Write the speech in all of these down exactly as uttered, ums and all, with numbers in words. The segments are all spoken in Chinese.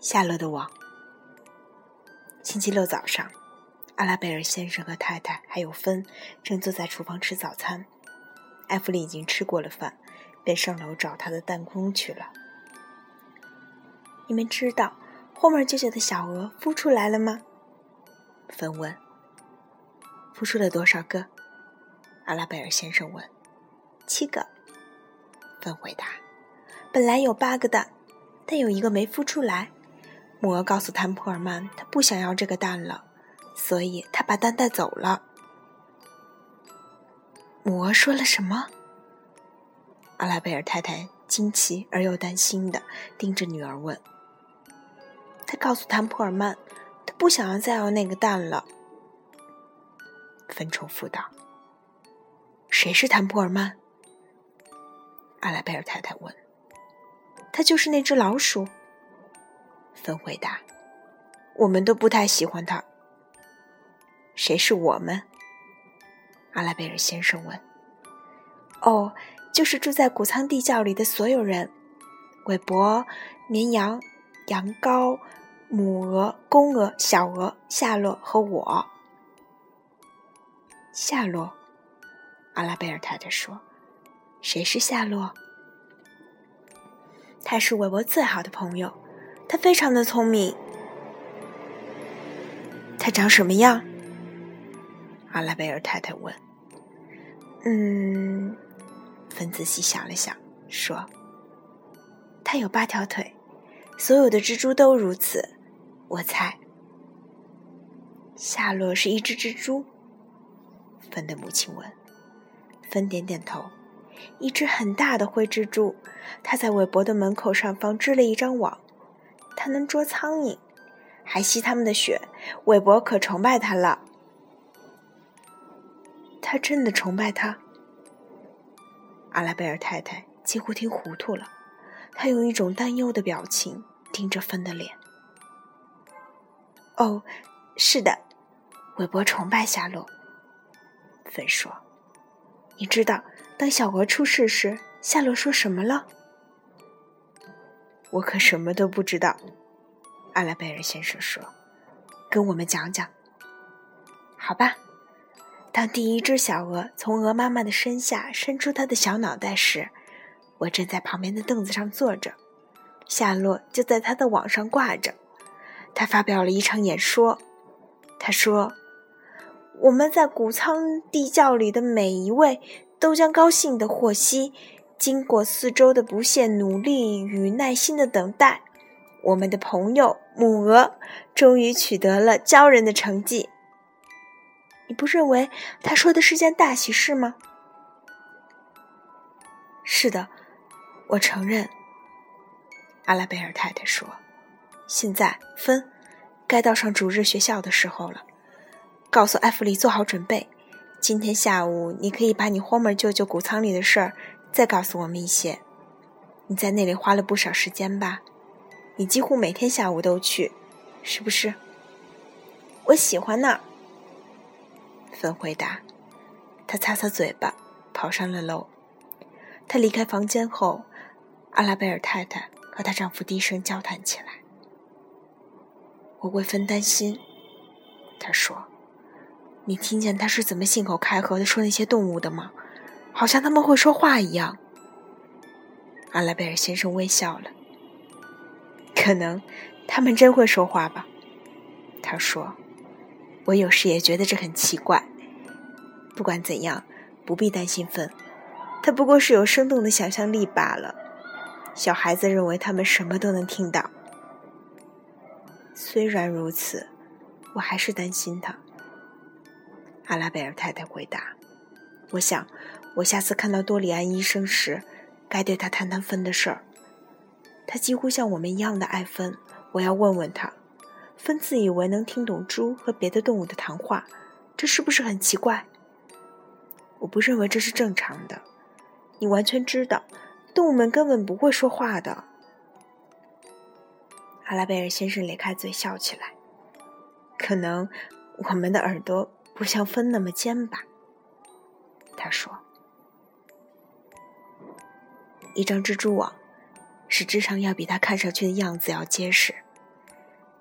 夏洛的网。星期六早上，阿拉贝尔先生和太太还有芬正坐在厨房吃早餐。艾弗里已经吃过了饭，便上楼找他的弹弓去了。你们知道霍默舅舅的小鹅孵出来了吗？芬问。孵出了多少个？阿拉贝尔先生问。七个。芬回答。本来有八个蛋，但有一个没孵出来。母鹅告诉坦普尔曼，他不想要这个蛋了，所以他把蛋带走了。母鹅说了什么？阿拉贝尔太太惊奇而又担心地盯着女儿问。他告诉坦普尔曼，他不想要再要那个蛋了。芬重复道。谁是坦普尔曼？阿拉贝尔太太问。他就是那只老鼠。芬回答。我们都不太喜欢他。谁是我们？阿拉贝尔先生问。哦，就是住在谷仓地窖里的所有人，韦伯、绵羊、羊羔、母鹅、公鹅、小鹅、夏洛和我。夏洛，阿拉贝尔太太说。谁是夏洛？他是韦伯最好的朋友，他非常的聪明。他长什么样？阿拉贝尔太太问。嗯，芬仔细想了想，说：他有八条腿，所有的蜘蛛都如此，我猜。夏洛是一只蜘蛛？芬的母亲问。芬点点头。一只很大的灰蜘蛛，它在韦伯的门口上方织了一张网，它能捉苍蝇，还吸它们的血，韦伯可崇拜它了。他真的崇拜他？阿拉贝尔太太几乎听糊涂了，她用一种担忧的表情盯着芬的脸。哦，是的，韦伯崇拜夏洛。芬说。你知道当小鹅出事时，夏洛说什么了？我可什么都不知道，阿拉贝尔先生说。跟我们讲讲。好吧。当第一只小鹅从鹅妈妈的身下伸出它的小脑袋时，我正在旁边的凳子上坐着，夏洛就在它的网上挂着。他发表了一场演说。他说，我们在谷仓地窖里的每一位都将高兴地获悉，经过四周的不懈努力与耐心的等待，我们的朋友母鹅终于取得了骄人的成绩。你不认为他说的是件大喜事吗？是的，我承认，阿拉贝尔太太说。现在，芬，该到上主日学校的时候了。告诉艾弗里做好准备，今天下午你可以把你霍默舅舅谷仓里的事儿再告诉我们一些。你在那里花了不少时间吧？你几乎每天下午都去，是不是？我喜欢那儿。芬回答。她擦擦嘴巴，跑上了楼。她离开房间后，阿拉贝尔太太和她丈夫低声交谈起来。我为芬担心，她说。你听见他是怎么信口开河地说那些动物的吗？好像他们会说话一样。阿拉贝尔先生微笑了。可能他们真会说话吧，他说。我有时也觉得这很奇怪。不管怎样，不必担心芬，他不过是有生动的想象力罢了。小孩子认为他们什么都能听到。虽然如此，我还是担心他。阿拉贝尔太太回答。我想我下次看到多里安医生时，该对他谈谈芬的事儿。他几乎像我们一样的爱芬，我要问问他，芬自以为能听懂猪和别的动物的谈话，这是不是很奇怪？我不认为这是正常的。你完全知道，动物们根本不会说话的。阿拉贝尔先生咧开嘴笑起来。可能我们的耳朵不像芬那么尖吧，他说。一张蜘蛛网，使织上要比它看上去的样子要结实。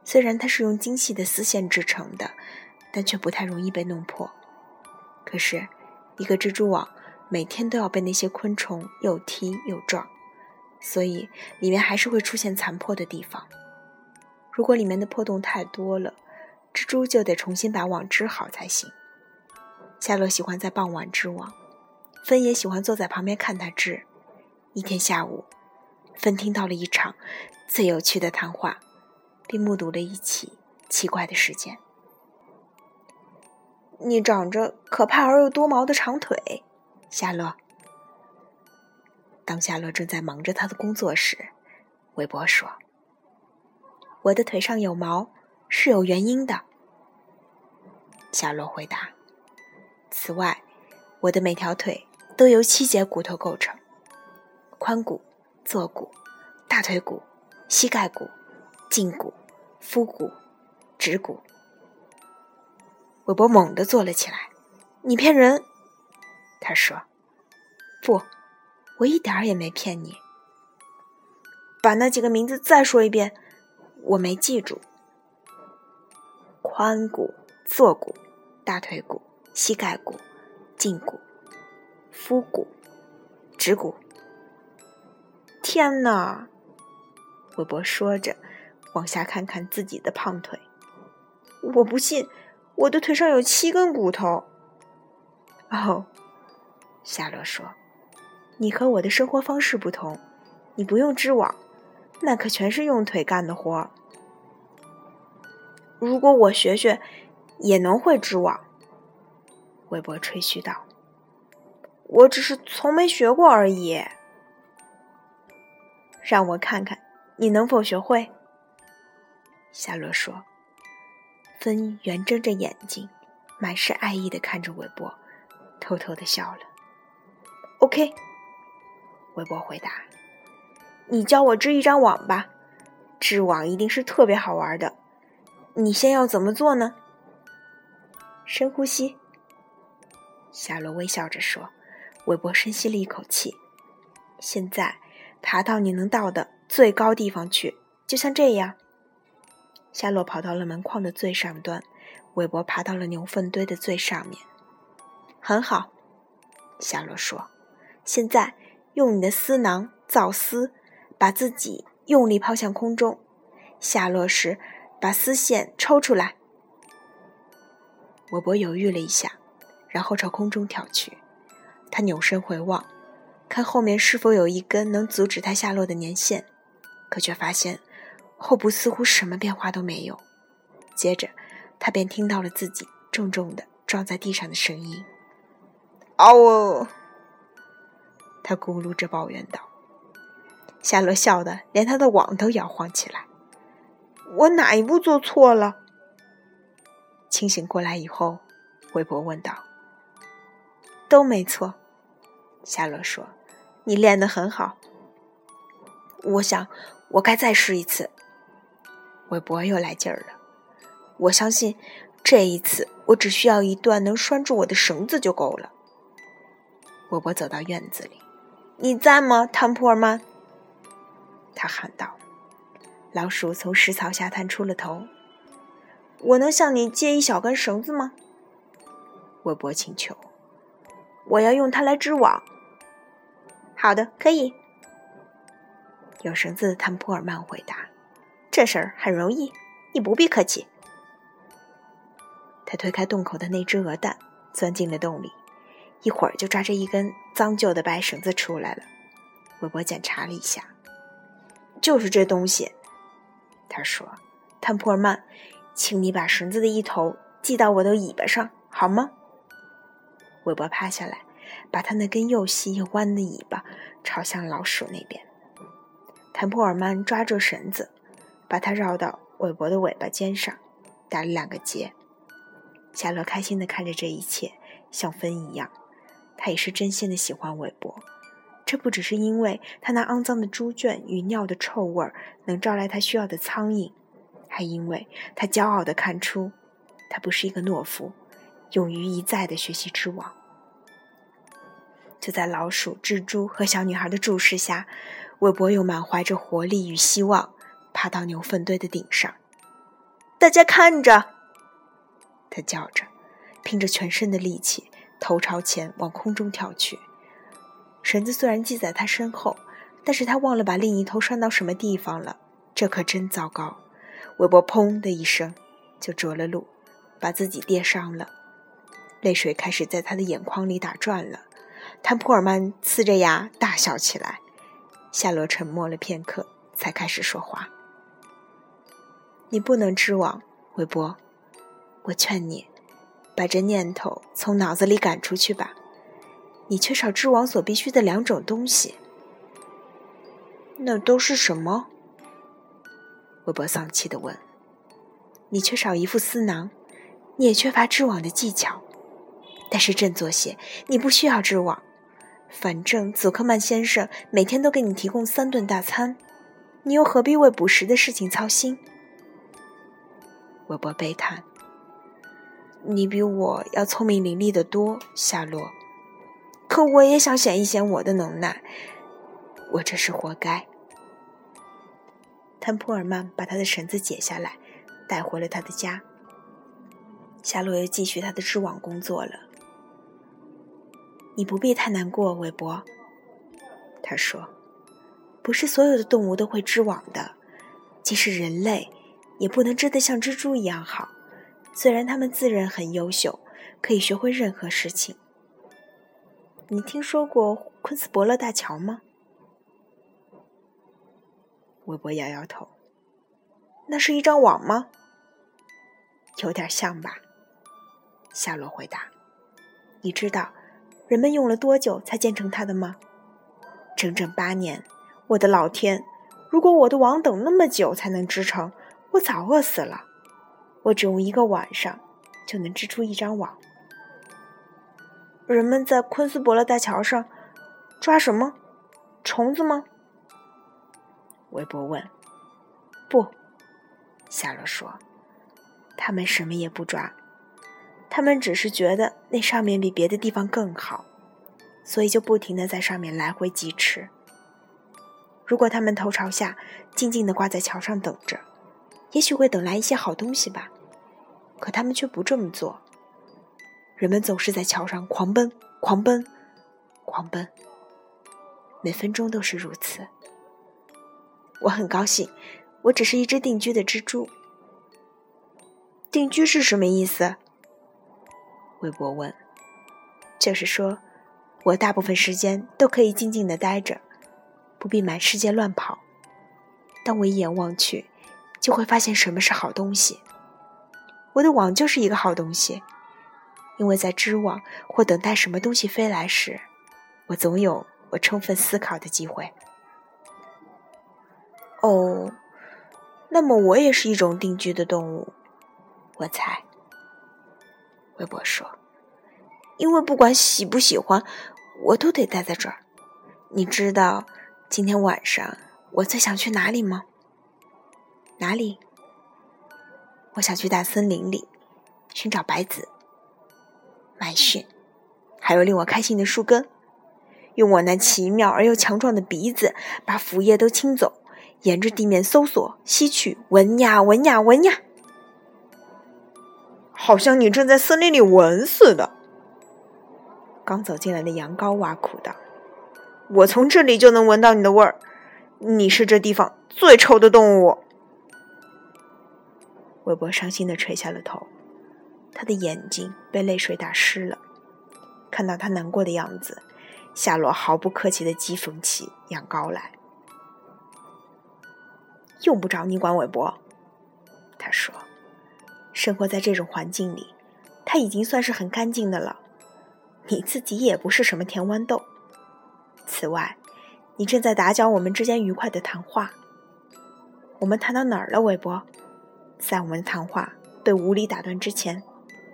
虽然它是用精细的丝线制成的，但却不太容易被弄破。可是一个蜘蛛网每天都要被那些昆虫又踢又撞，所以里面还是会出现残破的地方。如果里面的破洞太多了，蜘蛛就得重新把网织好才行。夏洛喜欢在傍晚织网，芬也喜欢坐在旁边看他织。一天下午，芬听到了一场最有趣的谈话，并目睹了一起奇怪的事件。你长着可怕而又多毛的长腿，夏洛。当夏洛正在忙着他的工作时，韦伯说：我的腿上有毛是有原因的。夏洛回答：此外，我的每条腿都由七节骨头构成，髋骨、坐骨、大腿骨、膝盖骨、胫骨、腹骨、指骨。韦伯猛地坐了起来。你骗人，他说。不，我一点儿也没骗你。把那几个名字再说一遍，我没记住。髋骨、坐骨、大腿骨、膝盖骨、胫骨、腹骨、指骨。天哪！韦伯说着，往下看看自己的胖腿。我不信，我的腿上有七根骨头。哦，夏洛说，你和我的生活方式不同，你不用织网，那可全是用腿干的活。如果我学学，也能会织网。韦伯吹嘘道。我只是从没学过而已。让我看看你能否学会。夏洛说。芬圆睁着眼睛，满是爱意地看着韦伯，偷偷地笑了。 OK， 韦伯回答。你教我织一张网吧，织网一定是特别好玩的。你先要怎么做呢？深呼吸。夏洛微笑着说。韦伯深吸了一口气。现在爬到你能到的最高地方去，就像这样。夏洛跑到了门框的最上端，韦伯爬到了牛粪堆的最上面。很好，夏洛说。现在用你的丝囊造丝，把自己用力抛向空中，下落时把丝线抽出来。韦伯犹豫了一下，然后朝空中跳去。他扭身回望，看后面是否有一根能阻止他下落的年线，可却发现后部似乎什么变化都没有。接着他便听到了自己重重地撞在地上的声音。嗷哦！他咕噜着抱怨道。夏洛笑得连他的网都摇晃起来。我哪一步做错了？清醒过来以后，韦伯问道。都没错，夏洛说，你练得很好。我想我该再试一次。韦伯又来劲儿了。我相信这一次我只需要一段能拴住我的绳子就够了。韦伯走到院子里。你在吗，坦普尔曼？他喊道。老鼠从石槽下探出了头。我能向你借一小根绳子吗？韦伯请求。我要用它来织网。好的，可以。有绳子的坦普尔曼回答。这事儿很容易，你不必客气。他推开洞口的那只鹅蛋，钻进了洞里，一会儿就抓着一根脏旧的白绳子出来了。韦伯检查了一下。就是这东西，他说。坦普尔曼，请你把绳子的一头系到我的尾巴上，好吗？韦伯趴下来，把他那根又细又弯的尾巴朝向老鼠那边。坦普尔曼抓住绳子，把它绕到韦伯的尾巴尖上，打了两个结。夏洛开心地看着这一切，像芬一样，他也是真心的喜欢韦伯。这不只是因为他那肮脏的猪圈与尿的臭味能招来他需要的苍蝇，还因为他骄傲地看出他不是一个懦夫，勇于一再地学习织网。就在老鼠、蜘蛛和小女孩的注视下，韦伯又满怀着活力与希望爬到牛粪堆的顶上。 大家看着！他叫着，拼着全身的力气，头朝前往空中跳去。绳子虽然系在他身后，但是他忘了把另一头拴到什么地方了，这可真糟糕。韦伯砰的一声就着了陆，把自己跌伤了。泪水开始在他的眼眶里打转了。坦普尔曼呲着牙大笑起来。夏洛沉默了片刻，才开始说话。你不能织网，韦伯，我劝你把这念头从脑子里赶出去吧。你缺少织网所必须的两种东西。那都是什么？韦伯丧气地问。你缺少一副丝囊，你也缺乏织网的技巧。但是振作些，你不需要织网，反正祖克曼先生每天都给你提供三顿大餐，你又何必为捕食的事情操心？韦伯悲叹。你比我要聪明伶俐得多，夏洛。可我也想显一显我的能耐，我这是活该。坦普尔曼把他的绳子解下来，带回了他的家。夏洛又继续他的织网工作了。你不必太难过，韦伯，他说，不是所有的动物都会织网的，即使人类也不能织得像蜘蛛一样好，虽然他们自认很优秀，可以学会任何事情。你听说过昆斯伯勒大桥吗？韦伯摇摇头。那是一张网吗？有点像吧，夏洛回答。你知道人们用了多久才建成它的吗？整整八年。我的老天，如果我的网等那么久才能织成，我早饿死了。我只用一个晚上就能织出一张网。人们在昆斯伯勒大桥上抓什么？虫子吗？韦伯问。不，夏洛说，他们什么也不抓，他们只是觉得那上面比别的地方更好，所以就不停地在上面来回疾驰。如果他们头朝下静静地挂在桥上等着，也许会等来一些好东西吧，可他们却不这么做。人们总是在桥上狂奔狂奔狂奔，每分钟都是如此。我很高兴，我只是一只定居的蜘蛛。定居是什么意思？韦伯问。就是说，我大部分时间都可以静静地待着，不必满世界乱跑。当我一眼望去，就会发现什么是好东西。我的网就是一个好东西，因为在织网或等待什么东西飞来时，我总有我充分思考的机会。哦，那么我也是一种定居的动物，我猜。韦伯说，因为不管喜不喜欢，我都得待在这儿。你知道今天晚上我最想去哪里吗？哪里？我想去大森林里寻找白子、麦蕈，还有令我开心的树根，用我那奇妙而又强壮的鼻子把腐叶都清走，沿着地面搜索、吸取，闻呀闻呀闻呀。好像你正在森林里闻似的。刚走进来的羊羔挖苦道，我从这里就能闻到你的味儿，你是这地方最臭的动物。韦伯伤心地垂下了头，他的眼睛被泪水打湿了。看到他难过的样子，夏洛毫不客气地讥讽起羊羔来。用不着你管韦伯，他说，生活在这种环境里，他已经算是很干净的了。你自己也不是什么甜豌豆。此外，你正在打搅我们之间愉快的谈话。我们谈到哪儿了，韦伯？在我们的谈话被无理打断之前。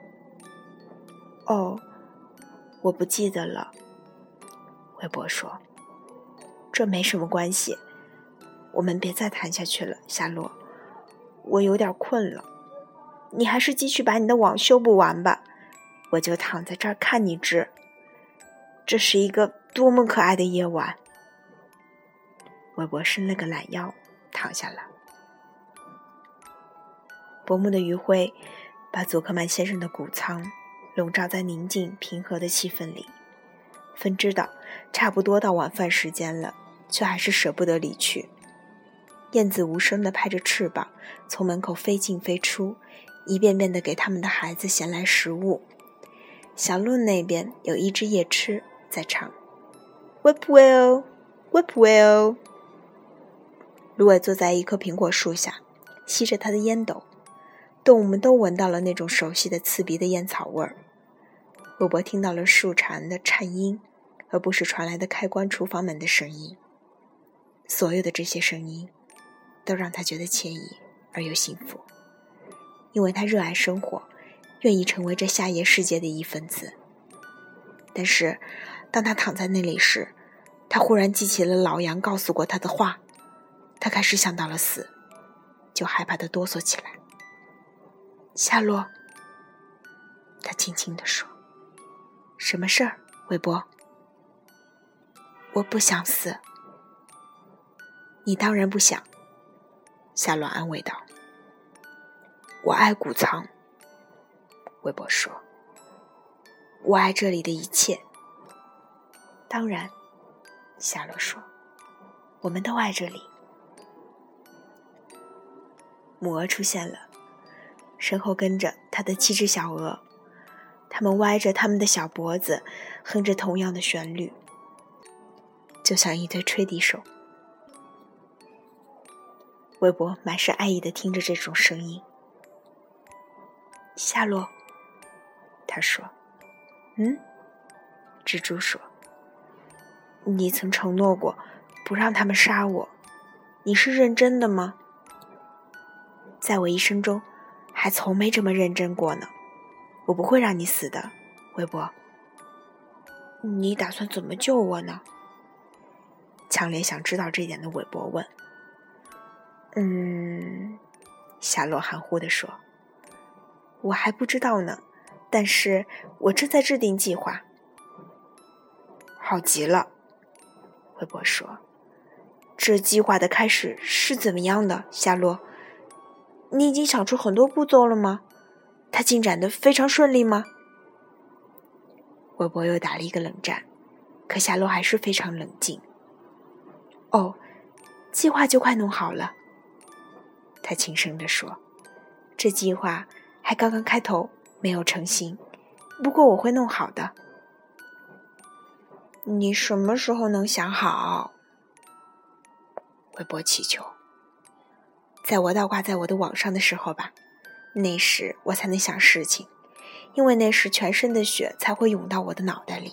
哦，我不记得了，韦伯说。这没什么关系，我们别再谈下去了，夏洛。我有点困了，你还是继续把你的网修不完吧，我就躺在这儿看你织。这是一个多么可爱的夜晚。韦伯伸了个懒腰，躺下了。 薄暮的余晖把祖克曼先生的谷仓笼罩在宁静平和的气氛里。芬知道差不多到晚饭时间了，却还是舍不得离去。燕子无声地拍着翅膀，从门口飞进飞出，一遍遍地给他们的孩子衔来食物。小路那边有一只夜痴在唱 Whipwell Whipwell。 芦苇坐在一棵苹果树下，吸着他的烟斗，动物们都闻到了那种熟悉的刺鼻的烟草味儿。韦伯听到了树蝉的颤音，而不是传来的开关厨房门的声音。所有的这些声音都让他觉得惬意而又幸福，因为他热爱生活，愿意成为这夏夜世界的一份子。但是当他躺在那里时，他忽然记起了老杨告诉过他的话，他开始想到了死，就害怕地哆嗦起来。夏洛，他轻轻地说。什么事儿，韦伯？我不想死。你当然不想，夏洛安慰道。我爱谷仓，韦伯说。我爱这里的一切。当然，夏洛说，我们都爱这里。母鹅出现了，身后跟着它的七只小鹅，它们歪着它们的小脖子，哼着同样的旋律，就像一对吹笛手。韦伯满是爱意地听着这种声音。夏洛，他说。嗯？蜘蛛说。你曾承诺过不让他们杀我，你是认真的吗？在我一生中还从没这么认真过呢。我不会让你死的，韦伯。你打算怎么救我呢？强烈想知道这点的韦伯问。嗯，夏洛含糊地说，我还不知道呢，但是我正在制定计划。好极了，韦伯说。这计划的开始是怎么样的，夏洛？你已经想出很多步骤了吗？它进展得非常顺利吗？韦伯又打了一个冷战，可夏洛还是非常冷静。哦，计划就快弄好了，他轻声地说。这计划还刚刚开头，没有成型，不过我会弄好的。你什么时候能想好？韦伯祈求。在我倒挂在我的网上的时候吧，那时我才能想事情，因为那时全身的血才会涌到我的脑袋里。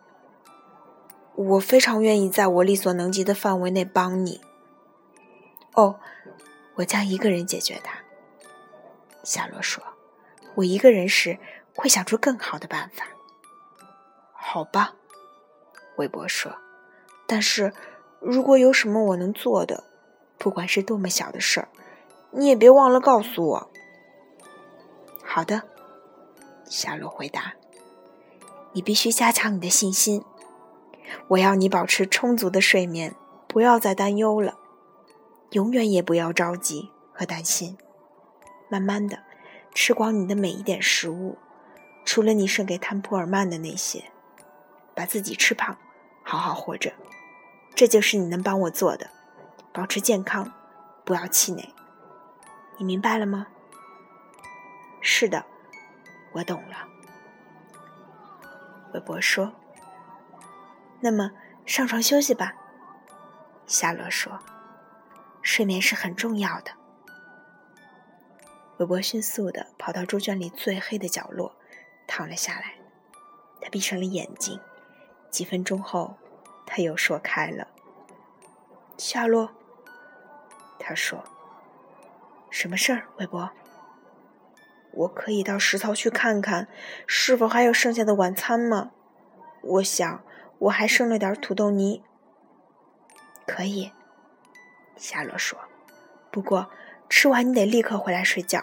我非常愿意在我力所能及的范围内帮你。哦，我将一个人解决它，夏洛说。我一个人时会想出更好的办法。好吧，韦伯说。但是如果有什么我能做的，不管是多么小的事儿，你也别忘了告诉我。好的，夏洛回答。你必须加强你的信心。我要你保持充足的睡眠，不要再担忧了，永远也不要着急和担心。慢慢的吃光你的每一点食物，除了你剩给坦普尔曼的那些，把自己吃胖，好好活着。这就是你能帮我做的，保持健康，不要气馁。你明白了吗？是的，我懂了，韦伯说。那么上床休息吧，夏洛说。睡眠是很重要的。韦伯迅速地跑到猪圈里最黑的角落，躺了下来。他闭上了眼睛，几分钟后，他又说开了。夏洛，他说。什么事儿，韦伯？我可以到食槽去看看，是否还有剩下的晚餐吗？我想我还剩了点土豆泥。可以，夏洛说。不过吃完你得立刻回来睡觉。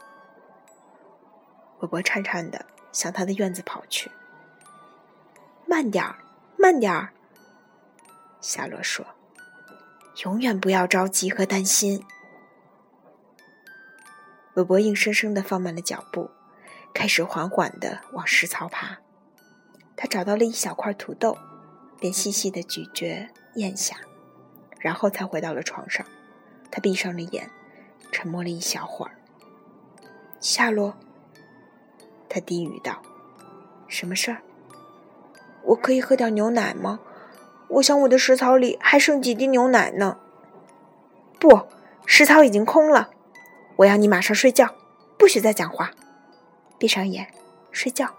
韦伯颤颤地向他的院子跑去。慢点儿，慢点儿，夏洛说。永远不要着急和担心。 韦伯硬生生地放慢了脚步，开始缓缓地往食槽爬。他找到了一小块土豆，便细细地咀嚼咽下，然后才回到了床上。他闭上了眼，沉默了一小会儿。夏洛，他低语道，什么事儿？我可以喝点牛奶吗？我想我的食槽里还剩几滴牛奶呢。不，食槽已经空了。我要你马上睡觉，不许再讲话。闭上眼，睡觉。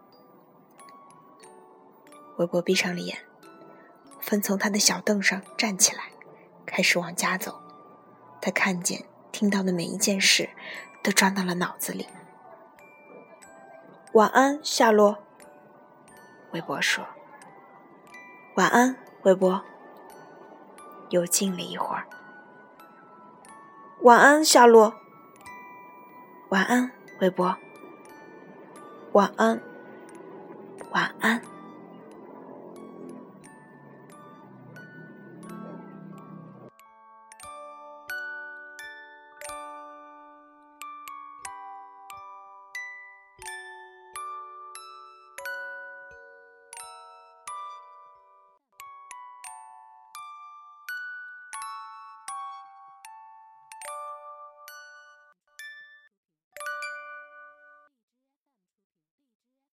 韦伯闭上了眼，分从他的小凳上站起来，开始往家走。他看见、听到的每一件事都装到了脑子里。晚安，夏洛，韦伯说。晚安，韦伯。又静了一会儿。晚安，夏洛。晚安，韦伯。晚安，晚安。